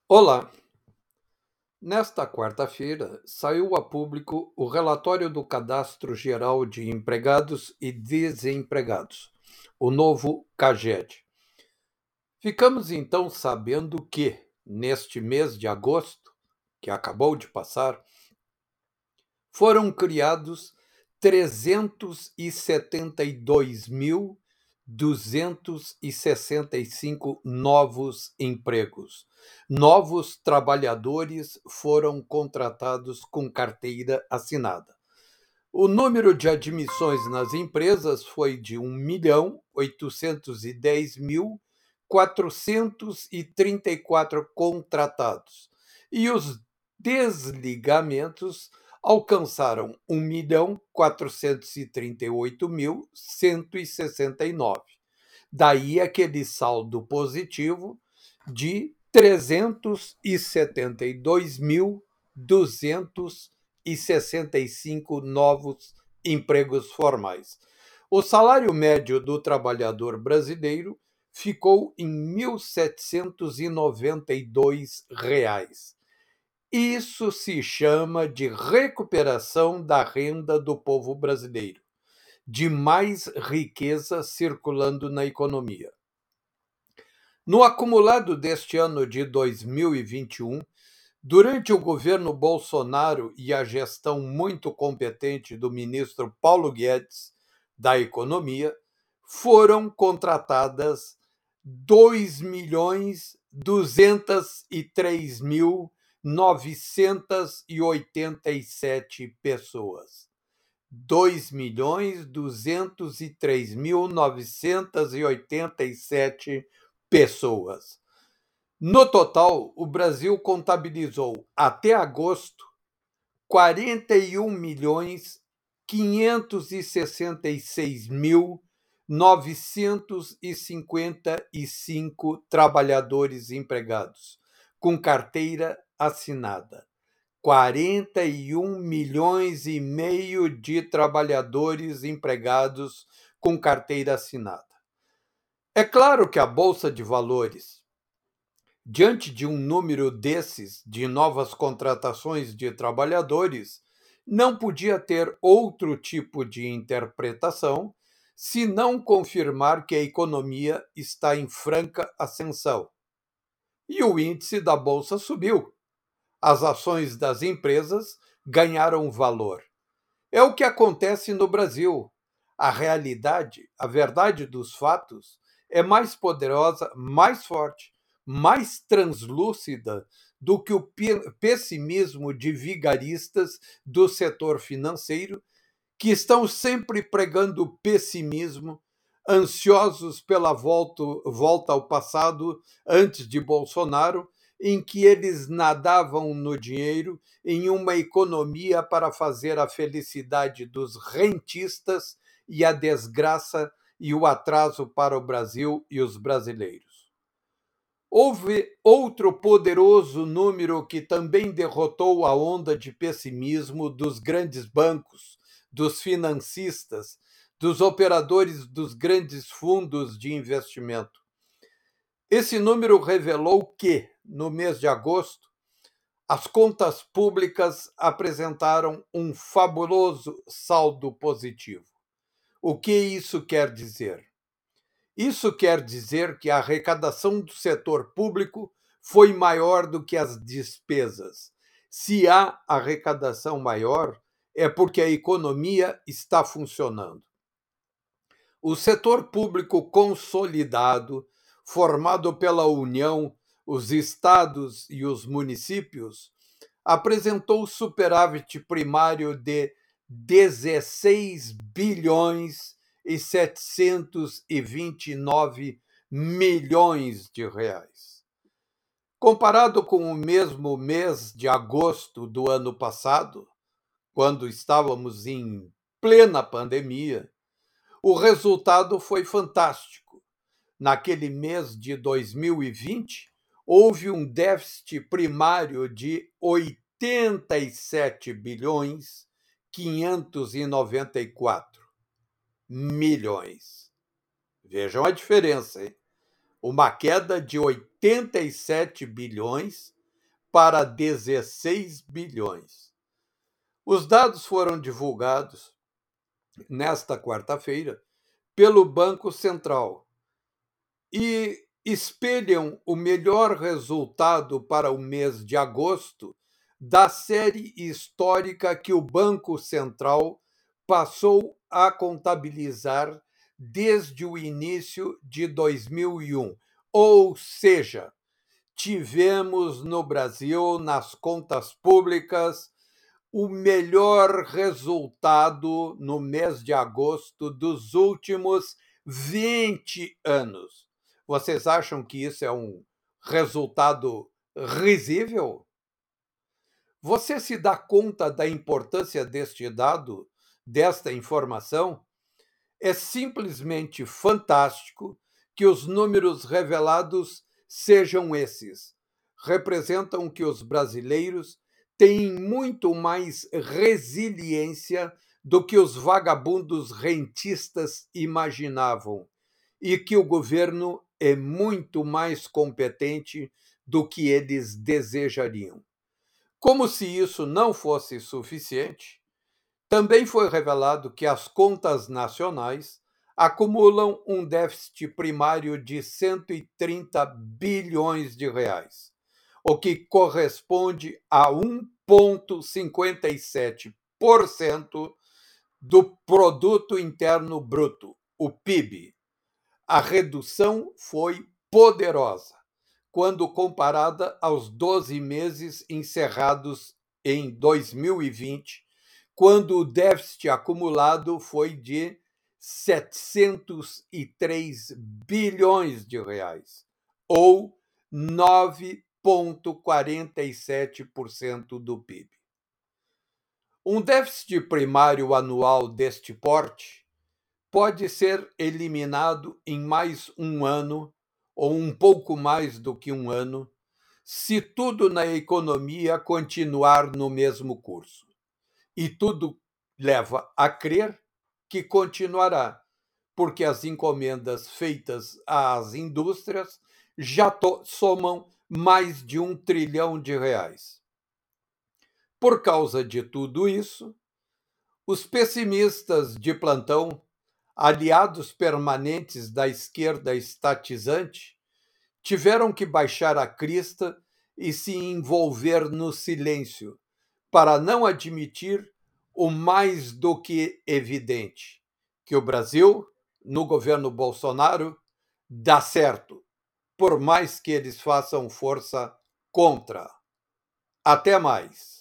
Olá! Nesta quarta-feira, saiu a público o relatório do Cadastro Geral de Empregados e Desempregados, o novo CAGED. Ficamos então sabendo que, neste mês de agosto, que acabou de passar, foram criados 372.265 novos empregos. Novos trabalhadores foram contratados com carteira assinada. O número de admissões nas empresas foi de 1.810.434 contratados, e os desligamentos alcançaram 1.438.169. Daí aquele saldo positivo de 372.265 novos empregos formais. O salário médio do trabalhador brasileiro ficou em R$ 1.792. Isso se chama de recuperação da renda do povo brasileiro, de mais riqueza circulando na economia. No acumulado deste ano de 2021, durante o governo Bolsonaro e a gestão muito competente do ministro Paulo Guedes da Economia, foram contratadas 2.203.987 pessoas. 2.203.987 pessoas. No total, o Brasil contabilizou até agosto 41.566.955 trabalhadores empregados com carteira assinada. 41,5 milhões de trabalhadores empregados com carteira assinada. É claro que a Bolsa de Valores, diante de um número desses de novas contratações de trabalhadores, não podia ter outro tipo de interpretação se não confirmar que a economia está em franca ascensão. E o índice da Bolsa subiu. As ações das empresas ganharam valor. É o que acontece no Brasil. A realidade, a verdade dos fatos, é mais poderosa, mais forte, mais translúcida do que o pessimismo de vigaristas do setor financeiro, que estão sempre pregando pessimismo, ansiosos pela volta ao passado antes de Bolsonaro, em que eles nadavam no dinheiro em uma economia para fazer a felicidade dos rentistas e a desgraça e o atraso para o Brasil e os brasileiros. Houve outro poderoso número que também derrotou a onda de pessimismo dos grandes bancos, dos financistas, dos operadores dos grandes fundos de investimento. Esse número revelou que, no mês de agosto, as contas públicas apresentaram um fabuloso saldo positivo. O que isso quer dizer? Isso quer dizer que a arrecadação do setor público foi maior do que as despesas. Se há arrecadação maior, é porque a economia está funcionando. O setor público consolidado, formado pela União, os estados e os municípios, apresentou superávit primário de 16 bilhões e 729 milhões de reais. Comparado com o mesmo mês de agosto do ano passado, quando estávamos em plena pandemia, o resultado foi fantástico. Naquele mês de 2020, houve um déficit primário de 87 bilhões 594 milhões. Vejam a diferença, hein? Uma queda de 87 bilhões para 16 bilhões. Os dados foram divulgados nesta quarta-feira pelo Banco Central e espelham o melhor resultado para o mês de agosto da série histórica que o Banco Central passou a contabilizar desde o início de 2001. Ou seja, tivemos no Brasil, nas contas públicas, o melhor resultado no mês de agosto dos últimos 20 anos. Vocês acham que isso é um resultado risível? Você se dá conta da importância deste dado, desta informação? É simplesmente fantástico que os números revelados sejam esses. Representam que os brasileiros têm muito mais resiliência do que os vagabundos rentistas imaginavam e que o governo é muito mais competente do que eles desejariam. Como se isso não fosse suficiente, também foi revelado que as contas nacionais acumulam um déficit primário de 130 bilhões de reais, o que corresponde a 1,57% do produto interno bruto, o PIB. A redução foi poderosa quando comparada aos 12 meses encerrados em 2020, quando o déficit acumulado foi de 703 bilhões de reais, ou 9,47% do PIB. Um déficit primário anual deste porte pode ser eliminado em mais um ano, ou um pouco mais do que um ano, se tudo na economia continuar no mesmo curso. E tudo leva a crer que continuará, porque as encomendas feitas às indústrias já somam mais de 1 trilhão de reais. Por causa de tudo isso, os pessimistas de plantão, aliados permanentes da esquerda estatizante, tiveram que baixar a crista e se envolver no silêncio, para não admitir o mais do que evidente, que o Brasil, no governo Bolsonaro, dá certo, por mais que eles façam força contra. Até mais.